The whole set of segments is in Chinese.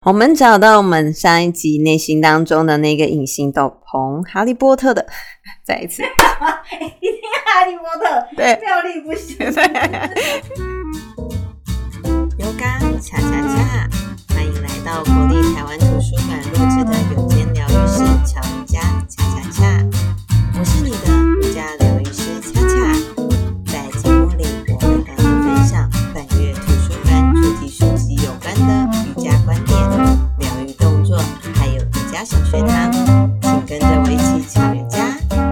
我们找到我们上一集内心当中的那个隐形斗篷，哈利波特的，再一次， 一定要哈利波特， 对， 妙丽不行。 有感恰恰恰，欢迎来到国立台湾图书馆录制的有间疗愈师乔瑜伽恰恰恰，我是你的瑜伽疗愈师恰恰。在节目里，我会和你分享本月图书馆主题书籍有关的瑜伽观点、疗愈动作，还有瑜伽小学堂，请跟着我一起巧瑜伽。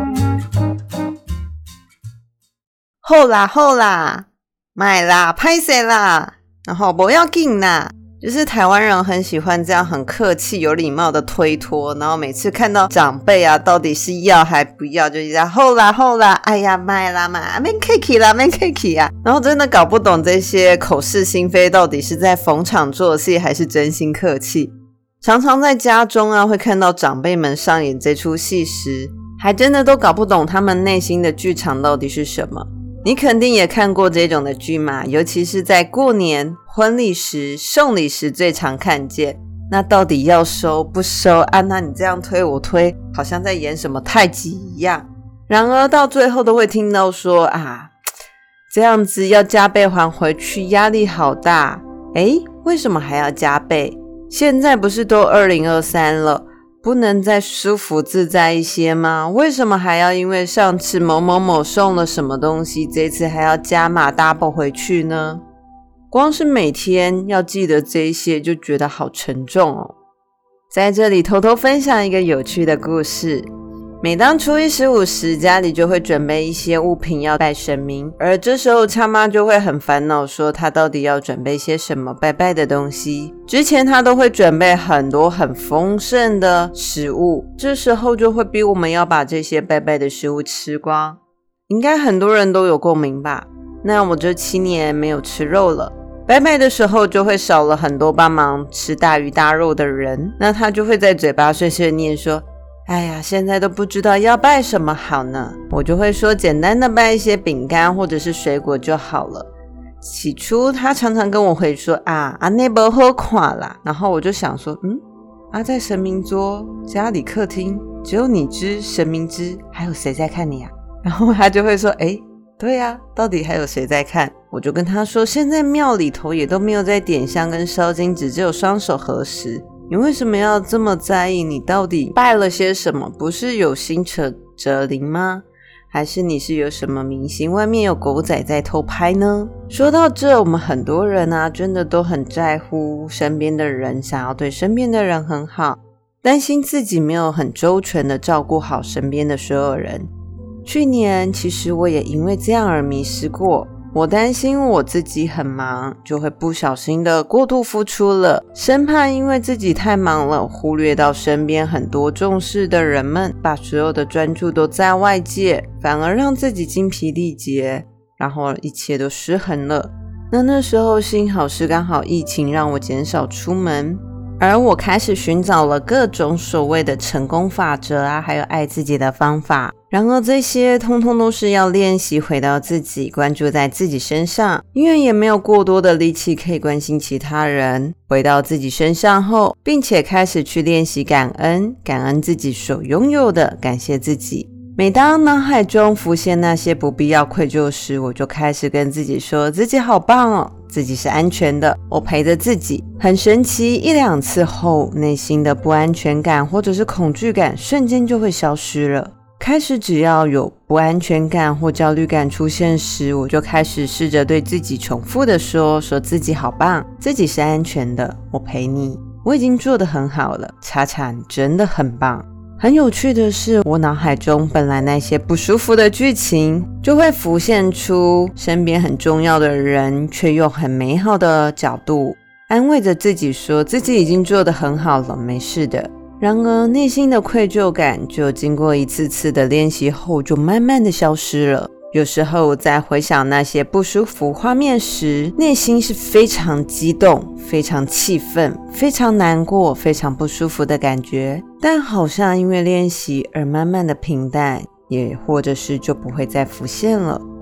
好啦，买啦，拍谁啦？然后不要紧啦，就是台湾人很喜欢这样很客气有礼貌的推脱，然后每次看到长辈啊到底是要还不要，就一直好啦，哎呀买啦嘛，免客气啦，免客气啊，然后真的搞不懂这些口是心非到底是在逢场作戏还是真心客气。常常在家中啊会看到长辈们上演这出戏时，还真的都搞不懂他们内心的剧场到底是什么。你肯定也看过这种的剧嘛，尤其是在过年、婚礼时、送礼时最常看见。那到底要收不收啊？那你这样推我推，好像在演什么太极一样。然而到最后都会听到说啊，这样子要加倍还回去，压力好大。诶，为什么还要加倍？现在不是都2023了，不能再舒服自在一些吗？为什么还要因为上次某某某送了什么东西，这次还要加码 double 回去呢？光是每天要记得这些就觉得好沉重哦。在这里偷偷分享一个有趣的故事。每当初一15时，家里就会准备一些物品要拜神明，而这时候cha妈就会很烦恼，说她到底要准备些什么拜拜的东西。之前她都会准备很多很丰盛的食物，这时候就会逼我们要把这些拜拜的食物吃光。应该很多人都有共鸣吧？那我这7年没有吃肉了，拜拜的时候就会少了很多帮忙吃大鱼大肉的人，那他就会在嘴巴碎碎念说，哎呀，现在都不知道要拜什么好呢。我就会说简单的拜一些饼干或者是水果就好了。起初他常常跟我回说啊那不好看啦，然后我就想说在神明桌家里客厅只有你知神明知，还有谁在看你啊？然后他就会说对啊，到底还有谁在看？我就跟他说，现在庙里头也都没有在点香跟烧金纸，只有双手合十。你为什么要这么在意你到底拜了些什么？不是有心哲灵吗？还是你是有什么明星外面有狗仔在偷拍呢？说到这，我们很多人啊真的都很在乎身边的人，想要对身边的人很好，担心自己没有很周全的照顾好身边的所有人。去年其实我也因为这样而迷失过，我担心我自己很忙，就会不小心的过度付出了，生怕因为自己太忙了，忽略到身边很多重视的人们，把所有的专注都在外界，反而让自己精疲力竭，然后一切都失衡了。那时候幸好是刚好疫情让我减少出门，而我开始寻找了各种所谓的成功法则啊，还有爱自己的方法。然而这些通通都是要练习回到自己，关注在自己身上，因为也没有过多的力气可以关心其他人。回到自己身上后，并且开始去练习感恩自己所拥有的，感谢自己。每当脑海中浮现那些不必要愧疚时，我就开始跟自己说，自己好棒哦，自己是安全的，我陪着自己。很神奇，1-2次后，内心的不安全感或者是恐惧感瞬间就会消失了。开始只要有不安全感或焦虑感出现时，我就开始试着对自己重复的说自己好棒，自己是安全的，我陪你，我已经做得很好了，恰恰你真的很棒。很有趣的是，我脑海中本来那些不舒服的剧情就会浮现出身边很重要的人，却用很美好的角度安慰着自己说自己已经做得很好了，没事的。然而内心的愧疚感就经过一次次的练习后就慢慢的消失了。有时候我在回想那些不舒服画面时，内心是非常激动，非常气愤，非常难过，非常不舒服的感觉，但好像因为练习而慢慢的平淡，也或者是就不会再浮现了。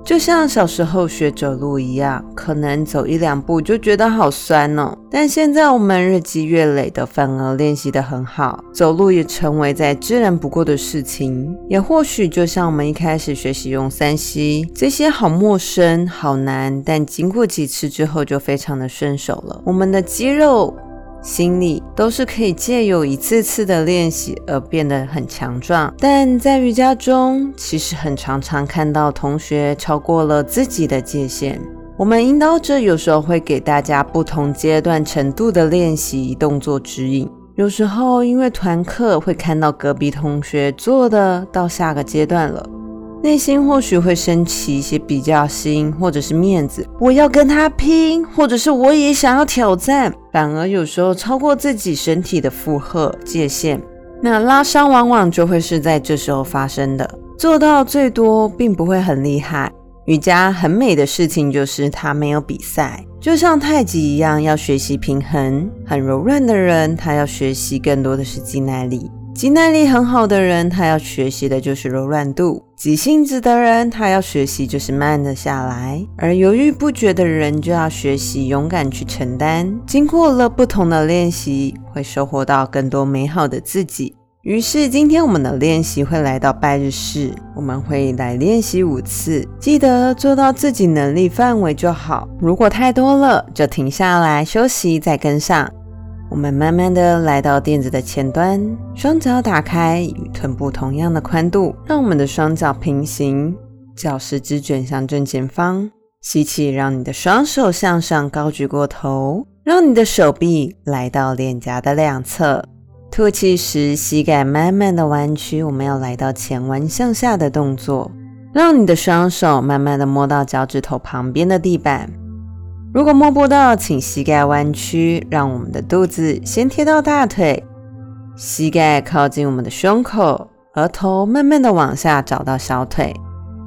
就像小时候学走路一样，可能走一两步就觉得好酸哦。但现在我们日积月累的，反而练习得很好，走路也成为再自然不过的事情。也或许就像我们一开始学习用3C，这些好陌生、好难，但经过几次之后就非常的顺手了。我们的肌肉、心理都是可以借由一次次的练习而变得很强壮。但在瑜伽中，其实很常看到同学超过了自己的界限。我们引导者有时候会给大家不同阶段程度的练习动作指引，有时候因为团课会看到隔壁同学做的到下个阶段了，内心或许会升起一些比较心或者是面子，我要跟他拼，或者是我也想要挑战，反而有时候超过自己身体的负荷界限。那拉伤往往就会是在这时候发生的。做到最多并不会很厉害，瑜伽很美的事情就是它没有比赛，就像太极一样，要学习平衡。很柔软的人，他要学习更多的是肌耐力，肌耐力很好的人，他要学习的就是柔软度。急性子的人，他要学习就是慢得下来，而犹豫不决的人就要学习勇敢去承担。经过了不同的练习，会收获到更多美好的自己。于是今天我们的练习会来到拜日式，我们会来练习5次，记得做到自己能力范围就好，如果太多了就停下来休息再跟上。我们慢慢的来到垫子的前端，双脚打开，与臀部同样的宽度，让我们的双脚平行，脚食指卷向正前方。吸气，让你的双手向上高举过头，让你的手臂来到脸颊的两侧。吐气时，膝盖慢慢的弯曲，我们要来到前弯向下的动作，让你的双手慢慢的摸到脚趾头旁边的地板。如果摸不到，请膝盖弯曲，让我们的肚子先贴到大腿，膝盖靠近我们的胸口，额头慢慢的往下找到小腿。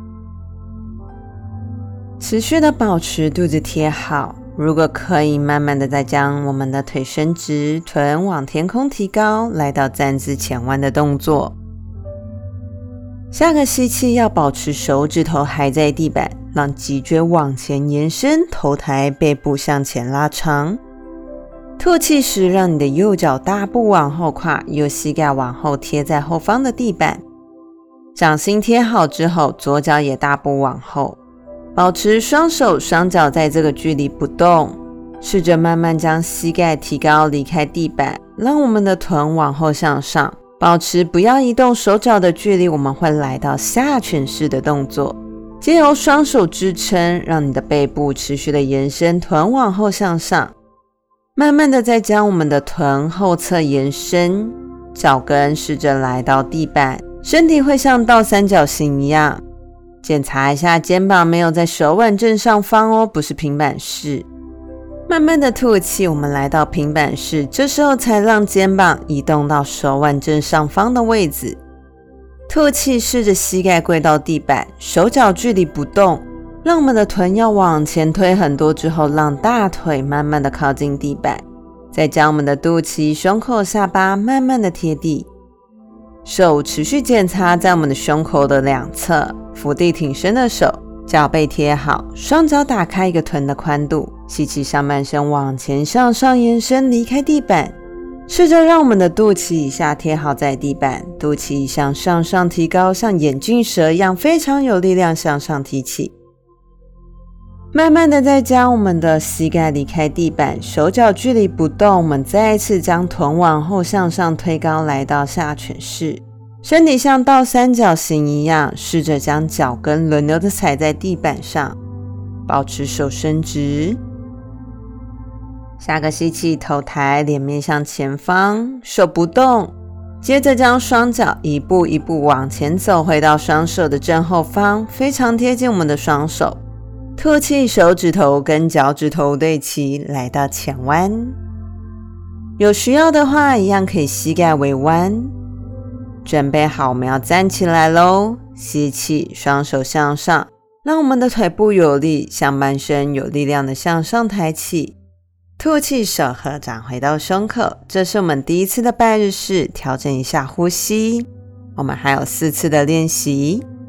持续的保持肚子贴好，如果可以，慢慢的再将我们的腿伸直，臀往天空提高，来到站姿前弯的动作。下个吸气要保持手指头还在地板，让脊椎往前延伸，头抬，背部向前拉长。吐气时，让你的右脚大步往后跨，右膝盖往后贴在后方的地板。掌心贴好之后，左脚也大步往后，保持双手双脚在这个距离不动，试着慢慢将膝盖提高离开地板，让我们的臀往后向上，保持不要移动手脚的距离。我们会来到下犬式的动作，借由双手支撑，让你的背部持续的延伸，臀往后向上，慢慢的再将我们的臀后侧延伸，脚跟试着来到地板，身体会像倒三角形一样。检查一下肩膀没有在手腕正上方哦，不是平板式。慢慢的吐气，我们来到平板式，这时候才让肩膀移动到手腕正上方的位置。吐气，试着膝盖跪到地板，手脚距离不动，让我们的臀要往前推很多之后，让大腿慢慢的靠近地板，再将我们的肚脐、胸口、下巴慢慢的贴地。手持续检查在我们的胸口的两侧，伏地挺身的手，脚背贴好，双脚打开一个臀的宽度，吸气，上半身往前向上延伸，离开地板，试着让我们的肚脐以下贴好在地板，肚脐向上提高，像眼镜蛇一样非常有力量向上提起。慢慢的再将我们的膝盖离开地板，手脚距离不动，我们再一次将臀往后向上推高，来到下犬式，身体像倒三角形一样，试着将脚跟轮流的踩在地板上，保持手伸直。下个吸气，头抬，脸面向前方，手不动，接着将双脚一步一步往前走，回到双手的正后方，非常贴近我们的双手。吐气，手指头跟脚趾头对齐，来到前弯。有需要的话，一样可以膝盖微弯。准备好，我们要站起来咯。吸气，双手向上，让我们的腿部有力，上半身有力量的向上抬起。吐气，手合掌回到胸口。这是我们第一次的拜日式，调整一下呼吸。我们还有4次的练习。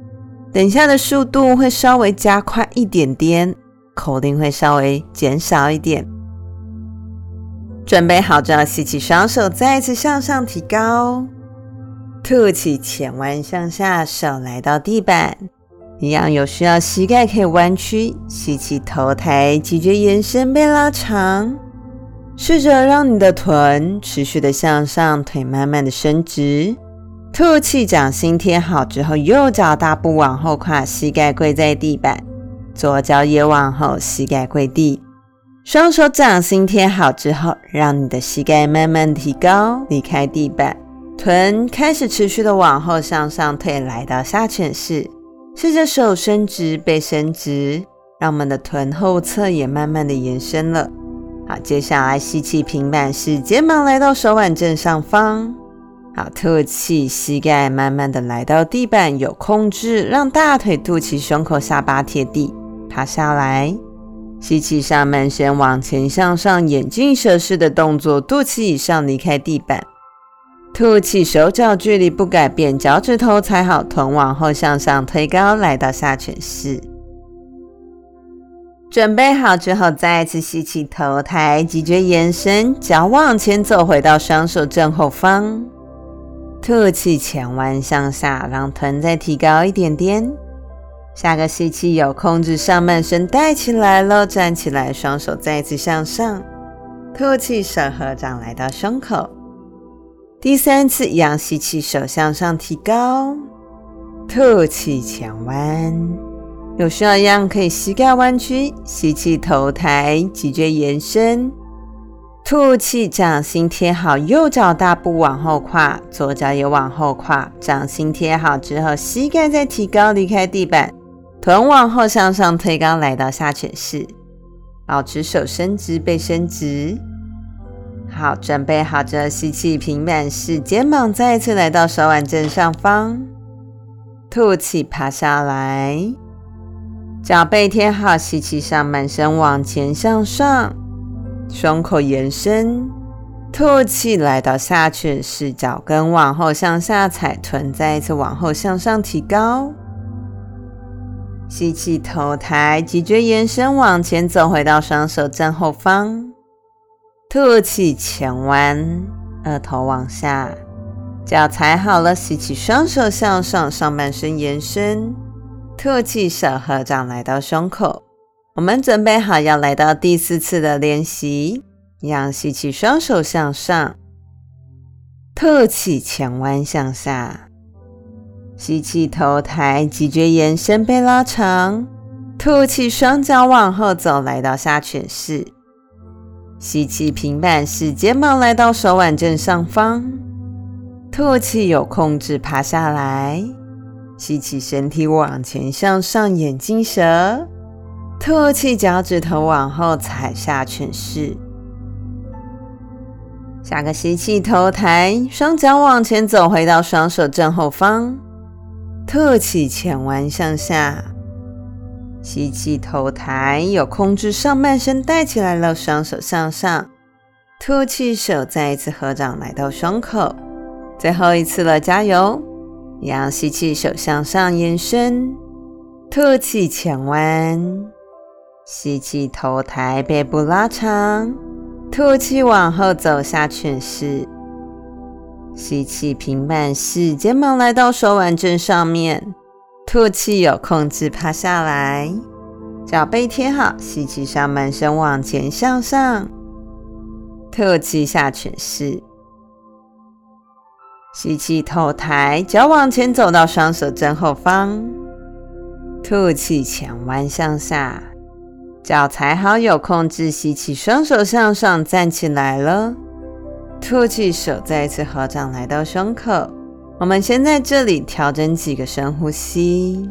等一下的速度会稍微加快一点点，口令会稍微减少一点。准备好之后，吸气，双手再次向上提高，吐气，前弯向下，手来到地板，一样有需要膝盖可以弯曲，吸气，头抬，脊椎延伸被拉长，试着让你的臀持续的向上，腿慢慢的伸直。吐气，掌心贴好之后，右脚大步往后跨，膝盖跪在地板，左脚也往后，膝盖跪地。双手掌心贴好之后，让你的膝盖慢慢提高，离开地板，臀开始持续的往后向上退，来到下犬式。试着手伸直，背伸直，让我们的臀后侧也慢慢的延伸了。好，接下来吸气，平板式，肩膀来到手腕正上方。好，吐气，膝盖慢慢的来到地板，有控制，让大腿、肚脐、胸口、下巴贴地，趴下来。吸气，上半身往前向上，眼镜蛇式的动作，肚脐以上离开地板。吐气，手脚距离不改变，脚趾头踩好，臀往后向上推高，来到下犬式。准备好之后，再一次吸气，头抬，脊椎延伸，脚往前走，回到双手正后方。吐气，前弯向下，让臀再提高一点点。下个吸气，有控制，上半身带起来了，站起来，双手再次向上。吐气，手合掌来到胸口。第三次一样，吸气，手向上提高，吐气，前弯。有需要一样可以膝盖弯曲，吸气，头抬，脊椎延伸。吐气，掌心贴好，右脚大步往后跨，左脚也往后跨，掌心贴好之后，膝盖再提高，离开地板，臀往后向上推高，来到下犬式。保持手伸直，背伸直。好，准备好之后，吸气，平板式，肩膀再一次来到手腕正上方。吐气，趴下来，脚背贴好，吸气，上半身往前向上，胸口延伸。吐气，来到下犬式，脚跟往后向下踩，臀再一次往后向上提高。吸气，头抬，脊椎延伸，往前走，回到双手正后方。吐气，前弯，额头往下，脚踩好了，吸气，双手向上，上半身延伸。吐气，手合掌来到胸口。我们准备好要来到第四次的练习，一样吸气，双手向上。吐气，前弯向下。吸气，头抬，脊椎延伸，背拉长。吐气，双脚往后走，来到下犬式。吸气，平板式，肩膀来到手腕正上方。吐气，有控制，趴下来。吸气，身体往前向上，眼镜蛇。吐气，脚趾头往后踩，下犬式。下个吸气，头抬，双脚往前走，回到双手正后方。吐气，前弯向下。吸气，头抬，有控制，上半身带起来了，双手向上。吐气，手再一次合掌来到胸口。最后一次了，加油！一样吸气，手向上延伸。吐气，前弯。吸气，头抬，背部拉长。吐气，往后走，下犬式。吸气，平板式，肩膀来到手腕正上面。吐气，有控制，趴下来，脚背贴好，吸气，上半身往前向上。吐气，下犬式。吸气，头抬，脚往前走到双手正后方。吐气，前弯向下，脚踩好，有控制，吸气，双手向上，站起来了。吐气，手再一次合掌来到胸口。我们先在这里调整几个深呼吸，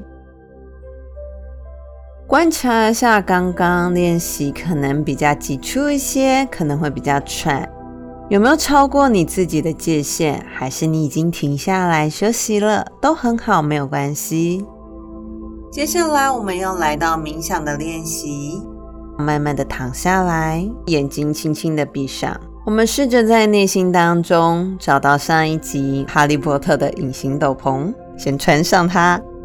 观察一下刚刚练习可能比较急促一些，可能会比较喘，有没有超过你自己的界限，还是你已经停下来休息了，都很好，没有关系。接下来我们要来到冥想的练习，慢慢的躺下来，眼睛轻轻的闭上。我们试着在内心当中找到上一集哈利波特的隐形斗篷，先穿上它，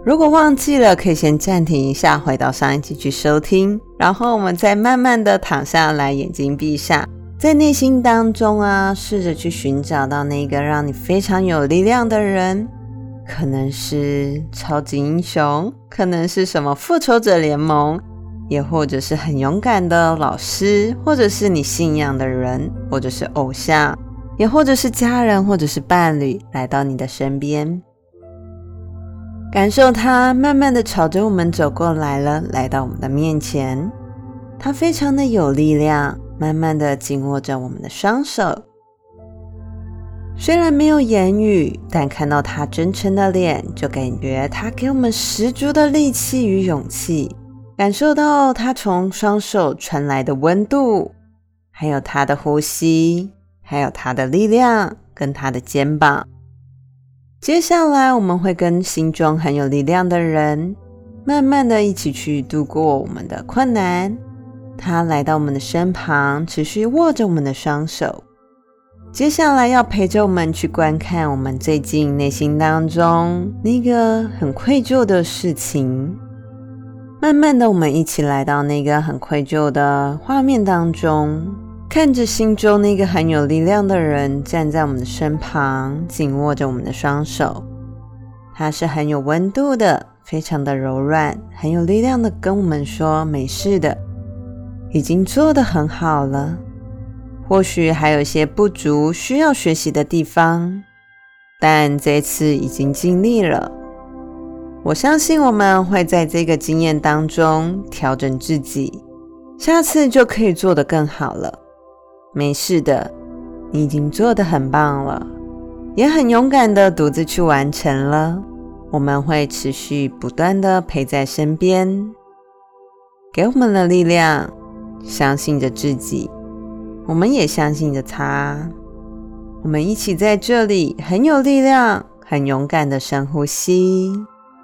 如果忘记了，可以先暂停一下，回到上一集去收听，然后我们再慢慢的躺下来，眼睛闭上，在内心当中啊，试着去寻找到那个让你非常有力量的人，可能是超级英雄，可能是什么复仇者联盟，也或者是很勇敢的老师，或者是你信仰的人，或者是偶像，也或者是家人，或者是伴侣来到你的身边，感受他慢慢的朝着我们走过来了，来到我们的面前。他非常的有力量，慢慢的紧握着我们的双手。虽然没有言语，但看到他真诚的脸，就感觉他给我们十足的力气与勇气，感受到他从双手传来的温度，还有他的呼吸，还有他的力量跟他的肩膀。接下来我们会跟心中很有力量的人慢慢的一起去度过我们的困难。他来到我们的身旁，持续握着我们的双手，接下来要陪着我们去观看我们最近内心当中那个很愧疚的事情。慢慢的我们一起来到那个很愧疚的画面当中，看着心中那个很有力量的人站在我们的身旁，紧握着我们的双手。他是很有温度的，非常的柔软，很有力量的跟我们说没事的，已经做得很好了，或许还有一些不足需要学习的地方，但这次已经尽力了。我相信我们会在这个经验当中调整自己，下次就可以做得更好了。没事的，你已经做得很棒了，也很勇敢的独自去完成了。我们会持续不断的陪在身边，给我们的力量，相信着自己，我们也相信着他。我们一起在这里很有力量，很勇敢的深呼吸，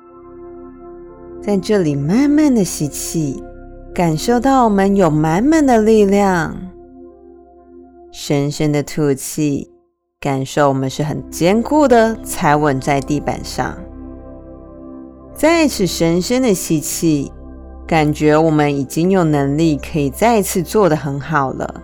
在这里慢慢的吸气，感受到我们有满满的力量。深深的吐气，感受我们是很坚固的踩稳在地板上。再一次深深的吸气，感觉我们已经有能力可以再一次做得很好了。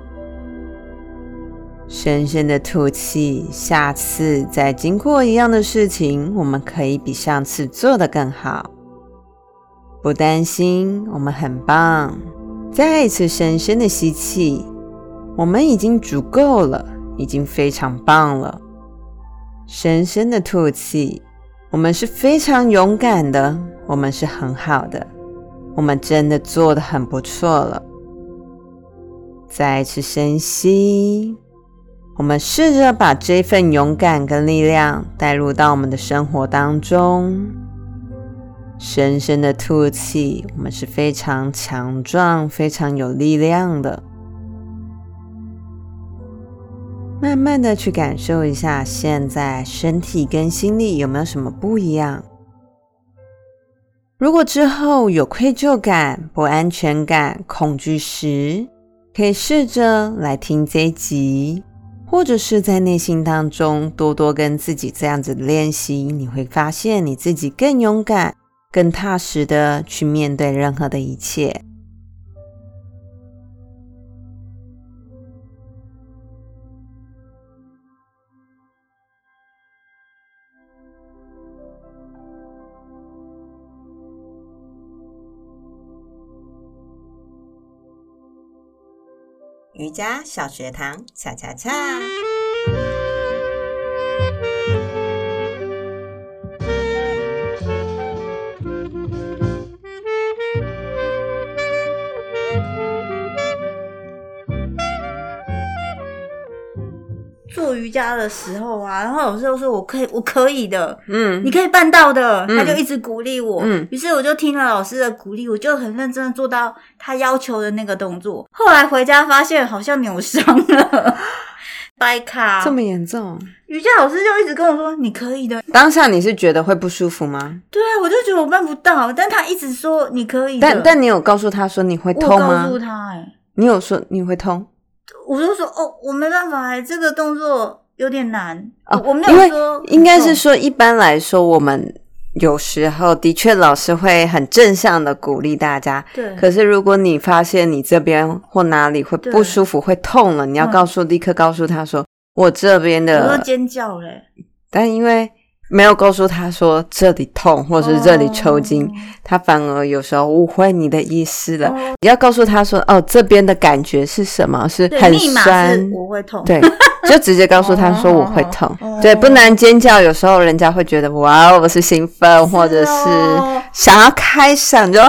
深深的吐气，下次再经过一样的事情，我们可以比上次做得更好。不担心，我们很棒。再一次深深的吸气，我们已经足够了，已经非常棒了。深深的吐气，我们是非常勇敢的，我们是很好的，我们真的做得很不错了。再一次深吸，我们试着把这份勇敢跟力量带入到我们的生活当中。深深的吐气，我们是非常强壮，非常有力量的。慢慢的去感受一下，现在身体跟心理有没有什么不一样？如果之后有愧疚感、不安全感、恐惧时，可以试着来听这一集，或者是在内心当中多多跟自己这样子练习，你会发现你自己更勇敢、更踏实的去面对任何的一切。 瑜伽小学堂，恰恰恰。 做瑜伽的时候啊，然后老师就说我可以的， 你可以办到的，他就一直鼓励我，于是我就听了老师的鼓励，我就很认真的做到他要求的那个动作。后来回家发现好像扭伤了，掰卡， 这么严重？ 瑜伽老师就一直跟我说你可以的。 当下你是觉得会不舒服吗？ 对啊，我就觉得我办不到，但他一直说你可以的。 但你有告诉他说你会痛吗？ 我告诉他你有说你会痛？ 我就说我没办法这个动作有点难。我没因为有说应该是说一般来说我们有时候的确老师会很正向的鼓励大家， 对。 可是如果你发现你这边或哪里会不舒服会痛了，你要立刻告诉他说我这边的， 我都尖叫嘞。 但因为没有告诉他说这里痛或是这里抽筋，他反而有时候误会你的意思了。你要告诉他说这边的感觉是什么，是很酸， 是我会痛， 对，就直接告诉他说我会痛。对，不能尖叫，有时候人家会觉得哇我是兴奋或者是想要开嗓就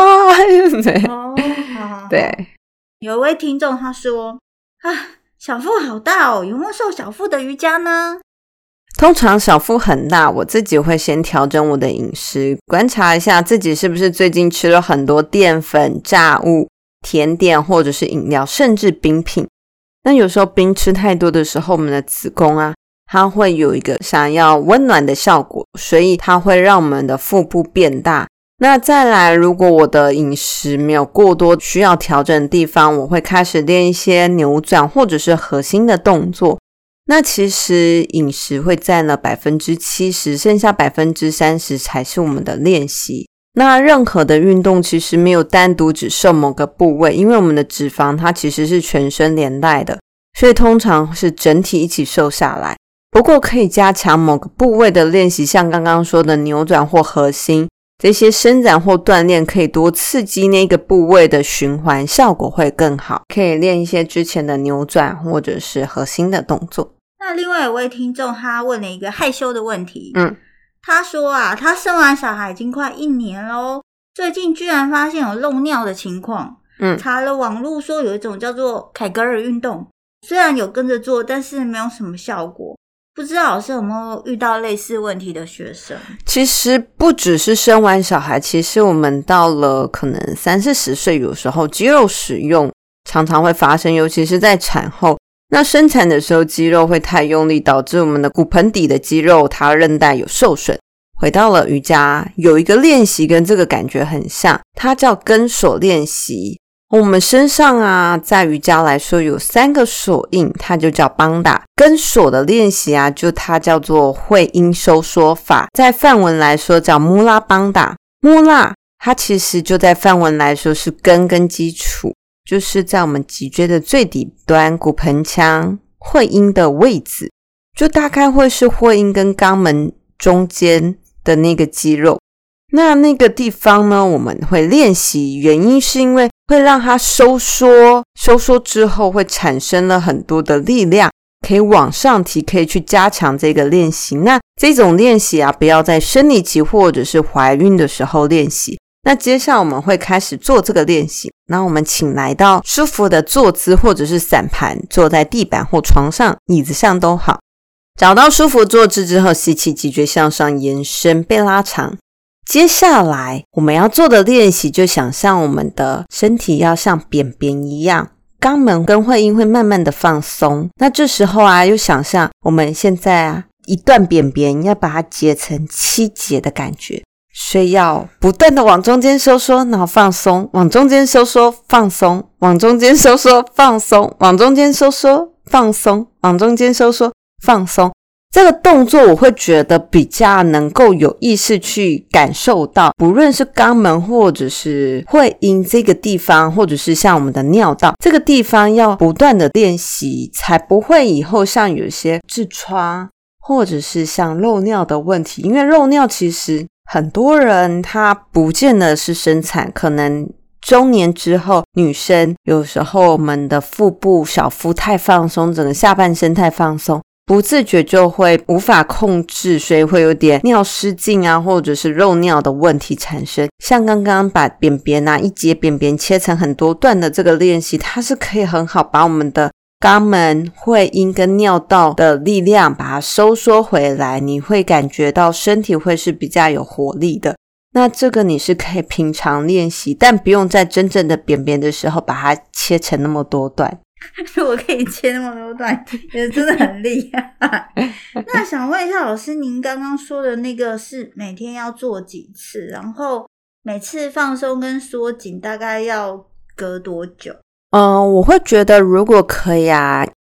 对。 有一位听众他说小腹好大哦，有没有瘦小腹的瑜伽呢？ 通常小腹很大，我自己会先调整我的饮食，观察一下自己是不是最近吃了很多淀粉、炸物、甜点或者是饮料，甚至冰品。那有时候冰吃太多的时候，我们的子宫它会有一个想要温暖的效果，所以它会让我们的腹部变大。那再来，如果我的饮食没有过多需要调整的地方，我会开始练一些扭转或者是核心的动作。那其实饮食会占了 70%， 剩下 30% 才是我们的练习。那任何的运动其实没有单独只瘦某个部位，因为我们的脂肪它其实是全身连带的，所以通常是整体一起瘦下来。不过可以加强某个部位的练习，像刚刚说的扭转或核心，这些伸展或锻炼可以多刺激那个部位的循环，效果会更好。可以练一些之前的扭转或者是核心的动作。 那另外有位听众他问了一个害羞的问题，他说他生完小孩已经快1年咯，最近居然发现有漏尿的情况，查了网络说有一种叫做凯格尔运动，虽然有跟着做，但是没有什么效果。不知道老师有没有遇到类似问题的学生？ 其实不只是生完小孩，其实我们到了可能30-40岁，有时候肌肉使用常常会发生，尤其是在产后。那生产的时候肌肉会太用力，导致我们的骨盆底的肌肉它韧带有受损。回到了瑜伽，有一个练习跟这个感觉很像，它叫跟锁练习。我们身上在瑜伽来说有3个锁印，它就叫邦达。跟锁的练习就它叫做会阴收缩法，在梵文来说叫穆拉邦达。穆拉它其实就在梵文来说是根跟基础，就是在我们脊椎的最底端骨盆腔会阴的位置，就大概会是会阴跟肛门中间的那个肌肉。那个地方呢，我们会练习，原因是因为会让它收缩，收缩之后会产生了很多的力量，可以往上提，可以去加强这个练习。那这种练习不要在生理期或者是怀孕的时候练习。那接下来我们会开始做这个练习，那我们请来到舒服的坐姿或者是散盘，坐在地板或床上、椅子上都好。找到舒服坐姿之后，吸气，脊椎向上延伸，被拉长。接下来我们要做的练习，就想象我们的身体要像扁扁一样，肛门跟会阴会慢慢的放松。那这时候又想象我们现在一段扁扁要把它截成7节的感觉，所以要不断的往中间收缩，然后放松，往中间收缩放松，往中间收缩放松，往中间收缩放松，往中间收缩放松。这个动作我会觉得比较能够有意识去感受到，不论是肛门或者是会阴这个地方，或者是像我们的尿道这个地方，要不断的练习，才不会以后像有些痔疮或者是像漏尿的问题。因为漏尿其实很多人他不见得是生产，可能中年之后，女生有时候我们的腹部小腹太放松，整个下半身太放松，不自觉就会无法控制，所以会有点尿失禁或者是漏尿的问题产生。像刚刚把扁扁一节扁扁切成很多段的这个练习，它是可以很好把我们的肛门、会阴跟尿道的力量把它收缩回来，你会感觉到身体会是比较有活力的。那这个你是可以平常练习，但不用在真正的扁扁的时候把它切成那么多段。 我可以切那么多段，也真的很厉害。那想问一下老师，您刚刚说的那个是每天要做几次，然后每次放松跟缩紧大概要隔多久？ 我会觉得如果可以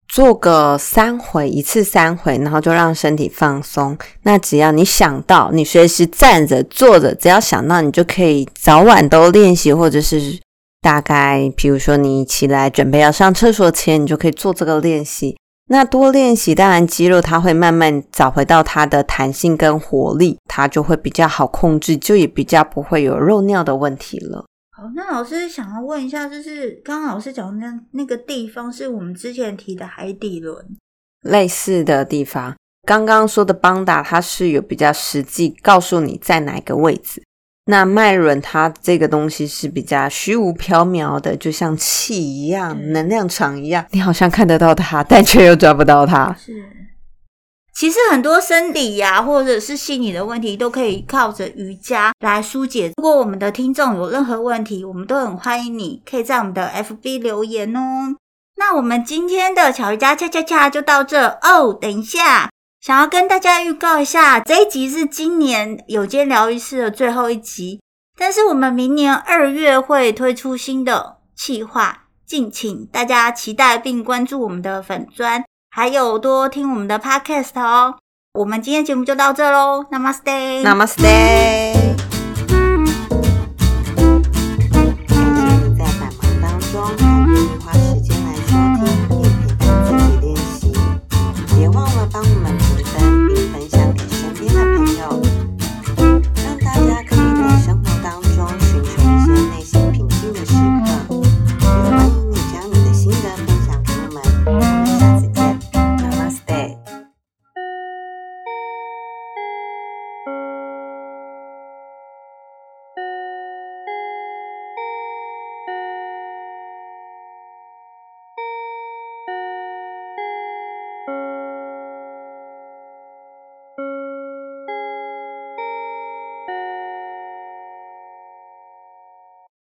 做个3回，一次3回，然后就让身体放松。那只要你想到，你随时站着坐着，只要想到，你就可以早晚都练习，或者是大概比如说你起来准备要上厕所前，你就可以做这个练习。那多练习，当然肌肉它会慢慢找回到它的弹性跟活力，它就会比较好控制，就也比较不会有漏尿的问题了。 好，那老师想要问一下，就是刚刚老师讲的那个地方是我们之前提的海底轮类似的地方，刚刚说的邦达它是有比较实际告诉你在哪个位置，那脉轮它这个东西是比较虚无缥缈的，就像气一样，能量场一样，你好像看得到它，但却又抓不到它。 是，其实很多生理呀，或者是心理的问题都可以靠着瑜伽来疏解。如果我们的听众有任何问题，我们都很欢迎你可以在我们的 FB 留言哦。那我们今天的巧瑜伽恰恰恰就到这哦。等一下，想要跟大家预告一下，这一集是今年有间疗愈室的最后一集，但是我们明年2月会推出新的企划，敬请大家期待并关注我们的粉专，还有多听我们的 podcast 哦。我们今天节目就到这咯， Namaste。